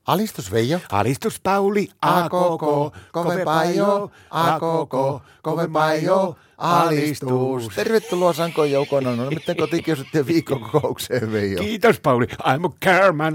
Alistus Veijo. Alistus Pauli, a koko, kovempaa jo, a koko, kovempaa jo, alistus. Tervetuloa Sankoon joukona. No miten kotikiusattiin viikkokokoukseen, Veijo? Kiitos Pauli, I'm a carman,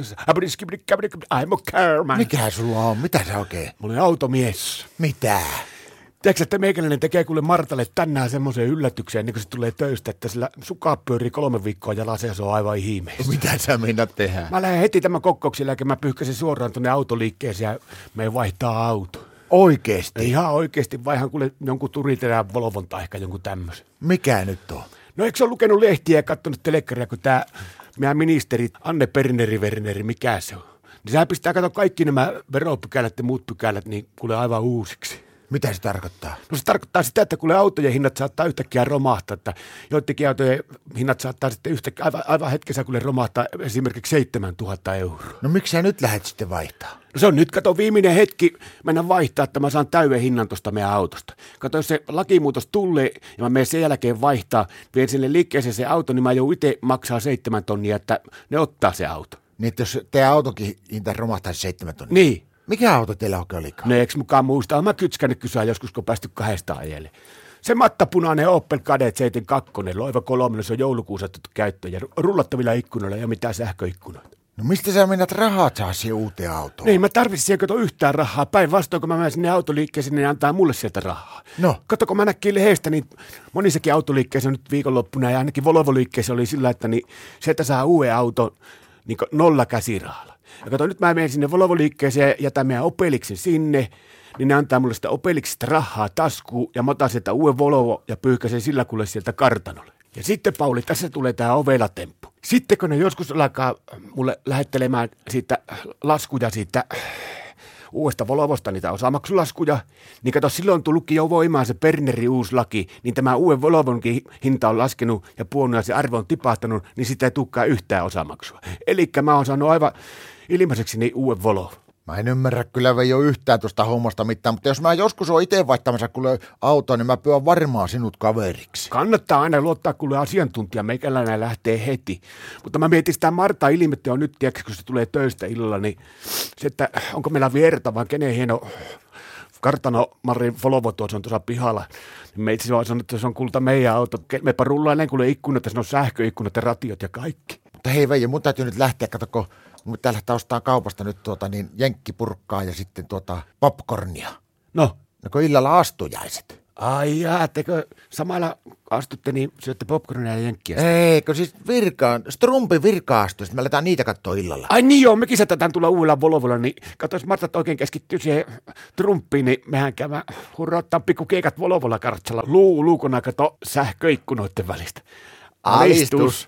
I'm a carman. Mikä sulla on? Mitä sä oikein? Mä olen automies. Mitä? Tiedätkö, että meikäläinen tekee kuule Martalle tänään semmoisen yllätyksen, niin kun se tulee töistä, että sillä sukat pyörii 3 viikkoa jalassa ja se on aivan ihmeessä. Mitä sä meinat tehdä? Mä lähden heti tämän kokkouksen jälkeen, mä pyyhkäsen suoraan tuonne autoliikkeeseen ja me vaihtaa auto. Oikeesti? Ihan oikeesti, vaihan kuule jonkun turiterään Volvon tai ehkä jonkun tämmöisen. Mikä nyt on? No eikö se ole lukenut lehtiä ja katsonut telekkaria, kun tää meidän ministeri Anne Berneri, mikä se on? Niin sehän pistää katsoa kaikki nämä veropykälät ja muut pykälät, niin kuule aivan uusiksi. Mitä se tarkoittaa? No se tarkoittaa sitä, että kuule autojen hinnat saattaa yhtäkkiä romahtaa, että joidenkin autojen hinnat saattaa sitten yhtäkkiä aivan hetkessä kuule romahtaa esimerkiksi 7 000 euroa. No miksi sä nyt lähdet sitten vaihtaa? No se on nyt, kato, viimeinen hetki mennä vaihtaa, että mä saan täyden hinnan tuosta meidän autosta. Kato, jos se lakimuutos tulee ja mä menen sen jälkeen vaihtaa, vien sinne liikkeeseen se auto, niin mä joudun itse maksaa 7 tonnia, että ne ottaa se auto. Niin, että jos teidän autokin hinta romahtaisi 7 tonnia. Niin. Mikä auto teillä oikein olikaan? No eikö mukaan muista? Olen mä kytskännyt kysyä joskus, kun päästy 2 ajelle. Se mattapunainen Opel Kadett 72, loiva 3, se on joulukuussa otettu käyttöön ja rullattavilla ikkunoilla ja mitään sähköikkunoita. No mistä sä mennät rahat saa siihen uuteen autoon? Niin, mä tarvitsin kato yhtään rahaa. Päinvastoin, kun mä menen sinne autoliikkeeseen, niin ne antaa mulle sieltä rahaa. No. Kato, kun mä näkin lehdestä, niin monissakin autoliikkeessä nyt viikonloppuna ja ainakin Volvo-liikkeessä oli sillä, että niin sieltä saa uuden auton niin 0 käsirahalla. Ja kato, nyt mä menen sinne Volvo-liikkeeseen ja jätän meidän Opeliksen sinne, niin ne antaa mulle sitä Opeliksesta rahaa taskuun ja mä otan sieltä uuden Volvo ja pyyhkäsen sillä kuule sieltä kartanolle. Ja sitten Pauli, tässä tulee tää ovelatemppu. Sitten kun ne joskus alkaa mulle lähettelemään siitä laskuja siitä uudesta Volvosta, niitä osamaksulaskuja, niin kato, silloin on tullutkin jo voimaan se Berneri uusi laki, niin tämä uuden Volvonkin hinta on laskenut ja puolella se arvo on tipahtanut, niin sitä ei tulekaan yhtään osamaksua. Elikkä mä oon saanut aivan ilmaiseksi niin uuden Volvo. Mä en ymmärrä kyllä Veijo yhtään tuosta hommasta mitään, mutta jos mä joskus oon itse vaihtamassa kuule autoa, niin mä pyydän varmaan sinut kaveriksi. Kannattaa aina luottaa kuule asiantuntija, meikäläinen lähtee heti. Mutta mä mietin sitä Marta ilmettä on nyt, tiedätkö, kun se tulee töistä illalla, niin se, että onko meillä vierta vai kenen hieno kartano Marin Volvo tuossa on tuossa pihalla. Niin me itse asiassa sanonut, että se on kulta meidän auto. Meipä rullailen kuule ikkunat, ja siinä on sähköikkunat ja ratiot ja kaikki. Mutta hei Veijo, mun täytyy nyt lähteä, katsoko, mun pitää lähteä ostamaan kaupasta nyt niin jenkkipurkkaa ja sitten popcornia. No kun illalla astujaiset. Ai tekö samalla astutte, niin syötte popcornia ja jenkkiä? Eikö siis Strumpin virka-astuista, me aletaan niitä katsoa illalla. Ai niin joo, mekin saatetaan tulla uudella Volvolla, niin katso, jos Martat oikein keskittyy siihen Trumpiin, niin mehän käydään hurrauttaa pikkukeikat Volvolla kartsalla luukona kato sähköikkunoiden välistä. Alistus!